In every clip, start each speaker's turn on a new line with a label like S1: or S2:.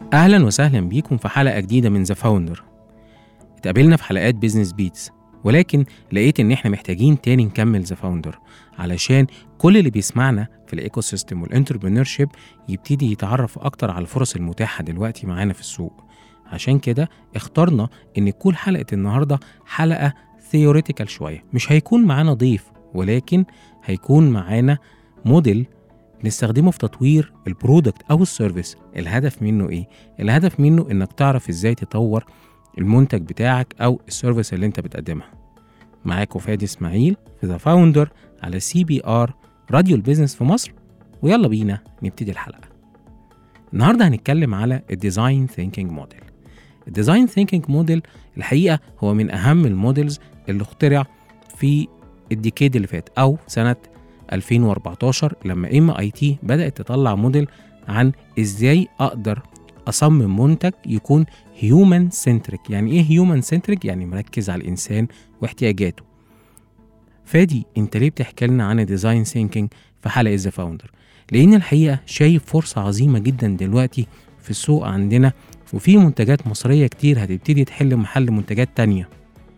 S1: أهلا وسهلا بيكم في حلقة جديدة من ذا فاوندر. اتقابلنا في حلقات بيزنس بيتس، ولكن لقيت إن إحنا محتاجين تاني نكمل ذا فاوندر علشان كل اللي بيسمعنا في الإيكو سيستم والانتربرينورشيب يبتدي يتعرف أكتر على الفرص المتاحة دلوقتي معانا في السوق. عشان كده اخترنا إن تكون حلقة النهاردة حلقة ثيوريتيكال شوية، مش هيكون معانا ضيف ولكن هيكون معانا موديل نستخدمه في تطوير البرودكت أو السيرفيس. الهدف منه إيه؟ الهدف منه إنك تعرف إزاي تطور المنتج بتاعك أو السيرفيس اللي أنت بتقدمها. معاكم فادي إسماعيل في ذا فاوندر على CBR راديو البيزنس في مصر، ويلا بينا نبتدي الحلقة. النهاردة هنتكلم على الديزاين ثينكينج موديل. الديزاين ثينكينج موديل الحقيقة هو من أهم الموديلز اللي اخترع في الديكيد اللي فات أو سنة 2014 لما MIT بدأت تطلع موديل عن إزاي أقدر أصمم منتج يكون هيومن سنتريك. يعني إيه هيومن سنتريك؟ يعني مركز على الإنسان واحتياجاته. فادي أنت ليه بتحكي لنا عن الديزاين ثينكينج في حلقة ذا فاوندر؟ لأن الحقيقة شايف فرصة عظيمة جدا دلوقتي في السوق عندنا، وفي منتجات مصرية كتير هتبتدي تحل محل منتجات تانية.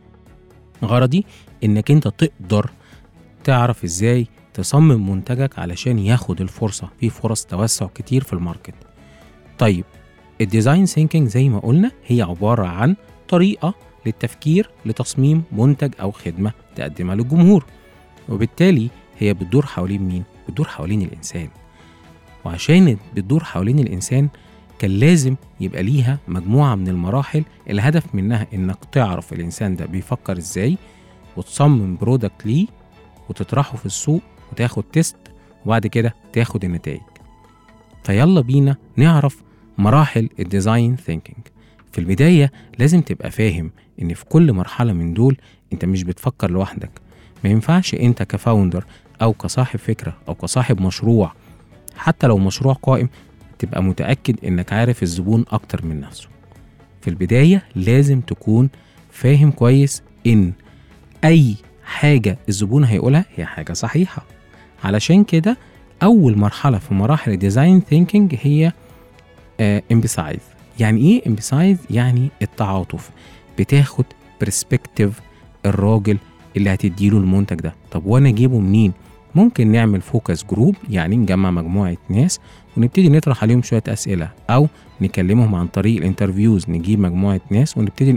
S1: غرضي إنك أنت تقدر تعرف إزاي تصمم منتجك علشان ياخد الفرصة، في فرص توسع كتير في الماركت. طيب الديزاين ثينكينج زي ما قلنا هي عبارة عن طريقة للتفكير لتصميم منتج أو خدمة تقدمها للجمهور، وبالتالي هي بتدور حوالين مين؟ بتدور حوالين الإنسان. وعشان بتدور حوالين الإنسان كان لازم يبقى ليها مجموعة من المراحل الهدف منها إنك تعرف الإنسان ده بيفكر إزاي، وتصمم برودكت ليه وتطرحه في السوق وتاخد تيست وبعد كده تاخد النتائج. فيلا بينا نعرف مراحل الديزاين ثينكينج. في البداية لازم تبقى فاهم إن في كل مرحلة من دول أنت مش بتفكر لوحدك. ما ينفعش أنت كفاوندر أو كصاحب فكرة أو كصاحب مشروع، حتى لو مشروع قائم، تبقى متأكد إنك عارف الزبون أكتر من نفسه. في البداية لازم تكون فاهم كويس إن أي حاجة الزبون هيقولها هي حاجة صحيحة. علشان كده أول مرحلة في مراحل الديزاين ثينكينج هي امبسايز. يعني إيه امبسايز؟ يعني التعاطف. بتاخد برسبكتيف الراجل اللي هتديله المنتج ده. طب وأنا أجيبه منين؟ ممكن نعمل فوكس جروب، يعني نجمع مجموعة ناس ونبتدي نطرح عليهم شوية أسئلة، أو نكلمهم عن طريق الانترفيوز. نجيب مجموعة ناس ونبتدي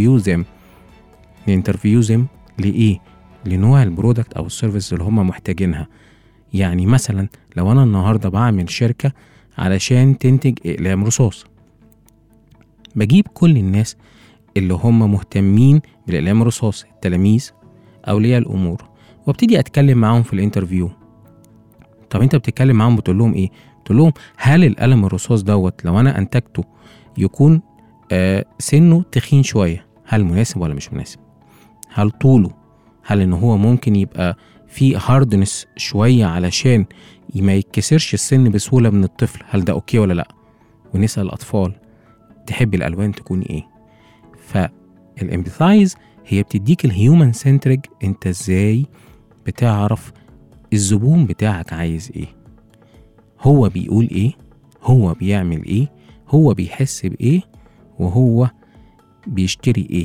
S1: ننترفيوزم لإيه؟ لنوع البرودكت أو السيرفيس اللي هم محتاجينها. يعني مثلا لو أنا النهاردة بعمل شركة علشان تنتج إقلام رصاص، بجيب كل الناس اللي هم مهتمين بالإقلام الرصاص، التلاميذ، أولياء الأمور، وابتدي أتكلم معاهم في الانترفيو. طب أنت بتتكلم معاهم بتقول لهم إيه؟ تقول لهم هل القلم الرصاص دوت لو أنا أنتجته يكون سنه تخين شوية، هل مناسب ولا مش مناسب؟ هل طوله، هل إن هو ممكن يبقى في هاردنس شوية علشان ما يتكسرش السن بسهولة من الطفل، هل ده أوكي ولا لأ؟ ونسأل الأطفال تحب الألوان تكون إيه؟ فالامبثايز هي بتديك الهيومن سنتريك. أنت إزاي بتعرف الزبون بتاعك عايز إيه، هو بيقول إيه، هو بيعمل إيه، هو بيحس بإيه، وهو بيشتري إيه.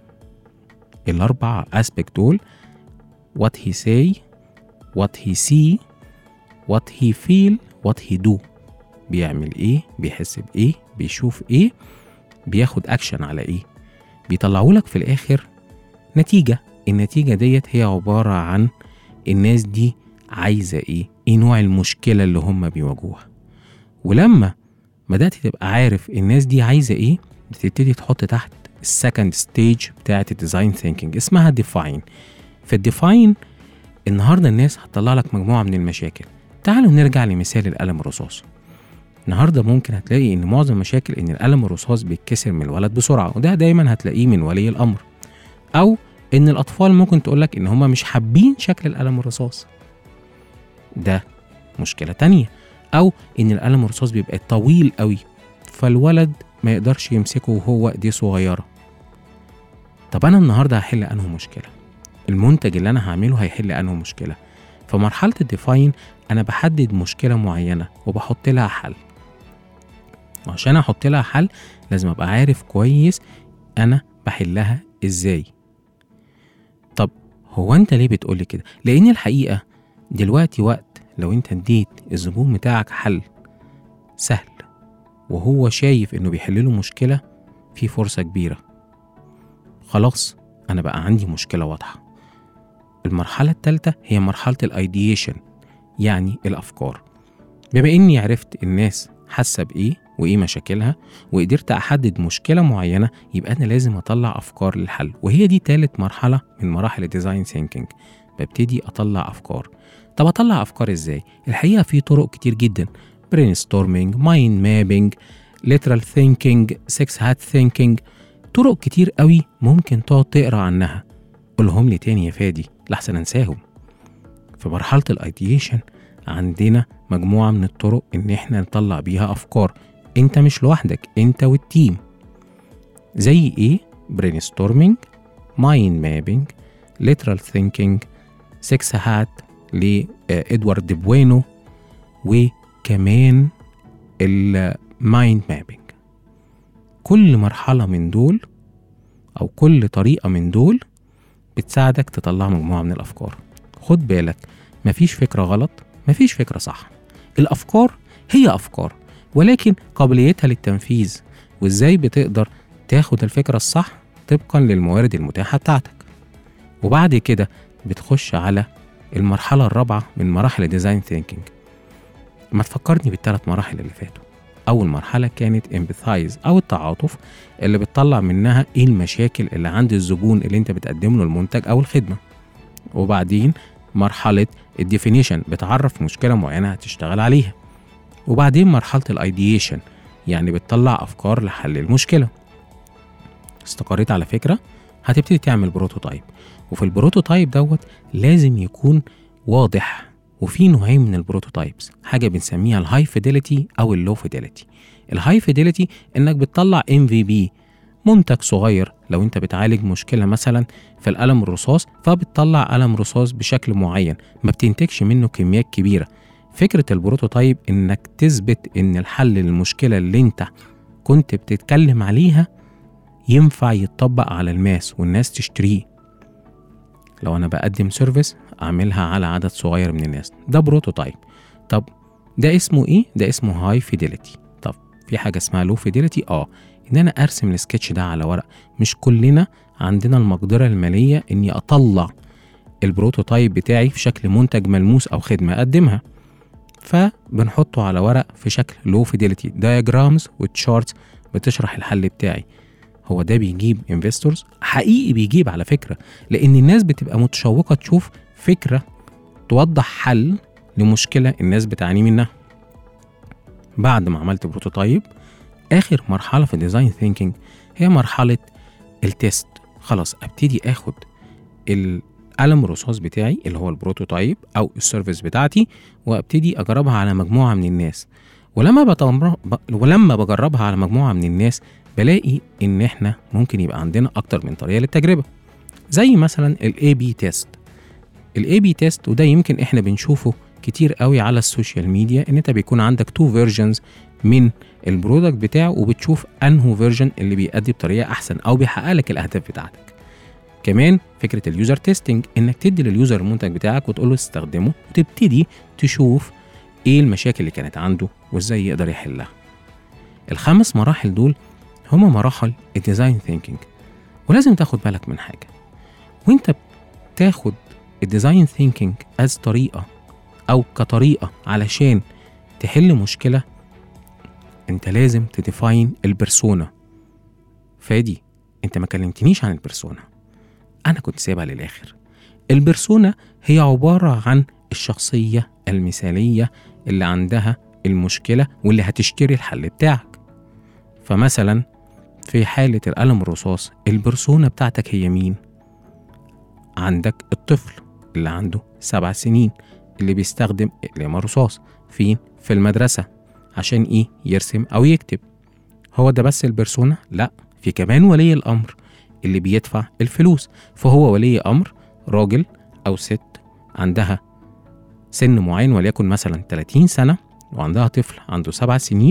S1: الأربع أسبكت دول: what he say, what he see, what he feel, what he do. بيعمل إيه، بيحس بإيه، بيشوف إيه، بياخد أكشن على إيه. بيطلعولك في الآخر نتيجة. النتيجة ديت هي عبارة عن الناس دي عايزة إيه نوع المشكلة اللي هم بيواجهوها. ولما بدأت تبقى عارف الناس دي عايزة إيه، بتبتدي تحط تحت السكند ستيج بتاعة الديزاين ثينكينج، اسمها ديفاين. في الديفاين النهاردة الناس هتطلع لك مجموعة من المشاكل. تعالوا نرجع لمثال القلم الرصاص. النهاردة ممكن هتلاقي إن معظم المشاكل إن القلم الرصاص بيتكسر من الولد بسرعة، وده دايما هتلاقيه من ولي الأمر، أو إن الأطفال ممكن تقولك إن هما مش حابين شكل القلم الرصاص، ده مشكلة تانية. أو إن القلم الرصاص بيبقى طويل قوي فالولد ما يقدرش يمسكه وهو ايديه صغيرة. طب أنا النهاردة هحل أنه مشكلة، المنتج اللي أنا هعمله هيحل أنه مشكلة. فمرحلة الديفاين أنا بحدد مشكلة معينة وبحط لها حل. وعشان احط لها حل لازم ابقى عارف كويس انا بحلها ازاي. طب هو انت ليه بتقولي كده؟ لان الحقيقة دلوقتي وقت لو انت اديت الزبون بتاعك حل سهل وهو شايف انه بيحلله مشكلة، في فرصة كبيرة خلاص انا بقى عندي مشكلة واضحة. المرحلة الثالثة هي مرحلة الايديشن، يعني الافكار. بما اني عرفت الناس حاسة بايه وايه مشاكلها وقدرت احدد مشكلة معينة، يبقى انا لازم اطلع افكار للحل، وهي دي ثالث مرحلة من مراحل الديزاين ثينكينج. ببتدي اطلع افكار. طب اطلع افكار ازاي؟ الحقيقة في طرق كتير جدا: brainstorming، mind mapping، lateral thinking، 6 hat thinking. طرق كتير قوي ممكن تقعد تقرا عنها. قولهم لي تاني يا فادي لحسن انساهم. في مرحلة الايديشن عندنا مجموعة من الطرق ان احنا نطلع بيها افكار. انت مش لوحدك، انت والتيم. زي ايه؟ brainstorming، mind mapping، lateral thinking، 6 hat لإدوارد بوينو، وكمان المايند مابينج. كل مرحلة من دول أو كل طريقة من دول بتساعدك تطلع مجموعة من الأفكار. خد بالك، مفيش فكرة غلط، مفيش فكرة صح. الأفكار هي أفكار، ولكن قابليتها للتنفيذ وإزاي بتقدر تاخد الفكرة الصح طبقا للموارد المتاحة بتاعتك. وبعد كده بتخش على المرحلة الرابعة من مراحل الديزاين ثينكينج. ما تفكرني بالثلاث مراحل اللي فاتوا. أول مرحلة كانت empathize أو التعاطف، اللي بتطلع منها إيه المشاكل اللي عند الزبون اللي أنت بتقدم له المنتج أو الخدمة. وبعدين مرحلة الديفينيشن، بتعرف مشكلة معينة هتشتغل عليها. وبعدين مرحلة الايديشن، يعني بتطلع أفكار لحل المشكلة. استقريت على فكرة، هتبتدي تعمل بروتوتايب. وفي البروتوتايب دوت لازم يكون واضح. وفي نوعين من البروتوتايبس، حاجة بنسميها الهاي فيديليتي أو اللو فيديليتي. الهاي فيديليتي إنك بتطلع MVP، منتج صغير. لو أنت بتعالج مشكلة مثلا في القلم الرصاص، فبتطلع قلم رصاص بشكل معين، ما بتنتجش منه كميات كبيرة. فكرة البروتوتايب إنك تثبت إن الحل للمشكلة اللي أنت كنت بتتكلم عليها ينفع يتطبق على الماس والناس تشتريه. لو أنا بقدم سيرفيس أعملها على عدد صغير من الناس، ده بروتوتايب. طب ده اسمه إيه؟ ده اسمه هاي فيديليتي. طب في حاجة اسمها لو فيديليتي، إن أنا أرسم السكتش ده على ورق. مش كلنا عندنا المقدرة المالية إني أطلع البروتوتايب بتاعي في شكل منتج ملموس أو خدمة أقدمها، فبنحطه على ورق في شكل لو فيديليتي دايجرامز وتشارتس بتشرح الحل بتاعي. هو ده بيجيب انفستورز؟ حقيقي بيجيب على فكرة، لأن الناس بتبقى متشوقة تشوف فكرة توضح حل لمشكلة الناس بتعاني منها. بعد ما عملت بروتوتايب، آخر مرحلة في الديزاين ثينكينج هي مرحلة التيست. خلاص أبتدي أخد القلم الرصاص بتاعي اللي هو البروتوتايب أو السيرفيس بتاعتي، وأبتدي أجربها على مجموعة من الناس. ولما بجربها على مجموعة من الناس بلاقي إن إحنا ممكن يبقى عندنا أكتر من طريقة للتجربة، زي مثلا الAB تيست. الAB تيست وده يمكن إحنا بنشوفه كتير قوي على السوشيال ميديا، إن أنت بيكون عندك 2 فيرجنز من البرودكت بتاعه، وبتشوف أنهو فيرجن اللي بيأدي بطريقة أحسن أو بيحقق لك الأهداف بتاعتك. كمان فكرة اليوزر تيستنج، إنك تدي لليوزر المنتج بتاعك وتقول له استخدمه، وتبتدي تشوف إيه المشاكل اللي كانت عنده وإزاي يقدر يحلها. ال5 مراحل دول هما مراحل الديزاين ثينكينج. ولازم تاخد بالك من حاجة، وانت بتاخد الديزاين ثينكينج از طريقة او كطريقة علشان تحل مشكلة، انت لازم تديفاين البرسونا. فادي انت ما كلمتنيش عن البرسونا، انا كنت سايبها للاخر. البرسونا هي عبارة عن الشخصية المثالية اللي عندها المشكلة واللي هتشتري الحل بتاعك. فمثلا في حالة القلم الرصاص، البرسونا بتاعتك هي مين؟ عندك الطفل اللي عنده 7 سنين اللي بيستخدم أقلام الرصاص في المدرسة عشان إيه؟ يرسم أو يكتب. هو ده بس البرسونا؟ لا، في كمان ولي الأمر اللي بيدفع الفلوس. فهو ولي أمر راجل أو ست عندها سن معين، وليكن مثلا 30 سنة، وعندها طفل عنده 7 سنين،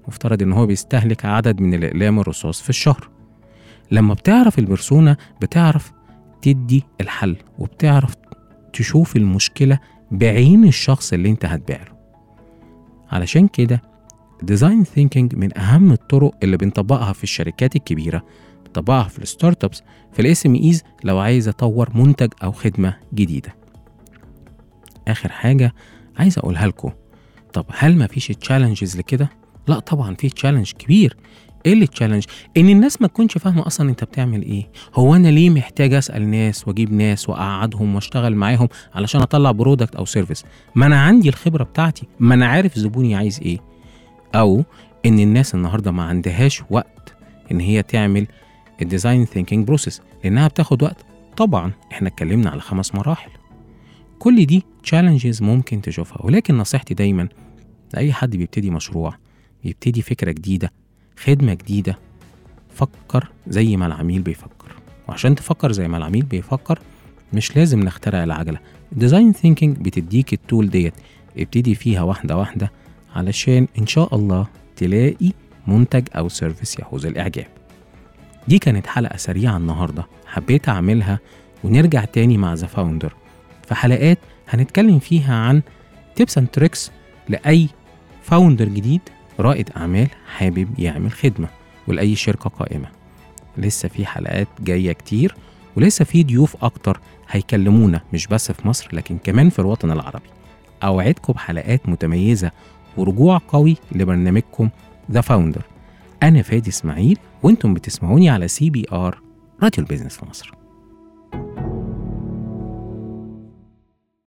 S1: مفترض إن هو بيستهلك عدد من الأقلام الرصاص في الشهر. لما بتعرف البرسونا بتعرف تدي الحل، وبتعرف تشوف المشكلة بعين الشخص اللي انت هتبيع له. علشان كده ديزاين ثينكينج من أهم الطرق اللي بنطبقها في الشركات الكبيرة، بنطبقها في الستارت ابس، في الاس ام ايز لو عايز اطور منتج او خدمة جديدة. آخر حاجة عايز أقولها لكم، طب هل ما فيش تشالنجز لكده؟ لا طبعا في تشالنج كبير. ايه اللي تشالنج؟ ان الناس ما تكونش فاهمه اصلا انت بتعمل ايه. هو انا ليه محتاج اسال ناس واجيب ناس واقعدهم واشتغل معاهم علشان اطلع برودكت او سيرفيس؟ ما انا عندي الخبره بتاعتي، ما انا عارف زبوني عايز ايه. او ان الناس النهارده ما عندهاش وقت ان هي تعمل الديزاين ثينكينج بروسيس لانها بتاخد وقت. طبعا احنا اتكلمنا على 5 مراحل. كل دي تشالنجز ممكن تشوفها، ولكن نصيحتي دايما لأي حد بيبتدي مشروع، بيبتدي فكرة جديدة، خدمة جديدة، فكر زي ما العميل بيفكر. وعشان تفكر زي ما العميل بيفكر مش لازم نخترع العجلة. الديزاين ثينكينج بتديك التول ديت، ابتدي فيها واحدة واحدة علشان إن شاء الله تلاقي منتج أو سيرفيس يحوز الإعجاب. دي كانت حلقة سريعة النهاردة حبيت أعملها، ونرجع تاني مع ذا فاوندر في حلقات هنتكلم فيها عن تيبس اند تريكس لأي فاوندر جديد، رائد أعمال حابب يعمل خدمة، ولأي شركة قائمة. لسه في حلقات جاية كتير، ولسه في ضيوف أكتر هيكلمونا مش بس في مصر لكن كمان في الوطن العربي. أوعدكم بحلقات متميزة ورجوع قوي لبرنامجكم ذا فاوندر. أنا فادي إسماعيل، وانتم بتسمعوني على CBR راديو البيزنس في مصر.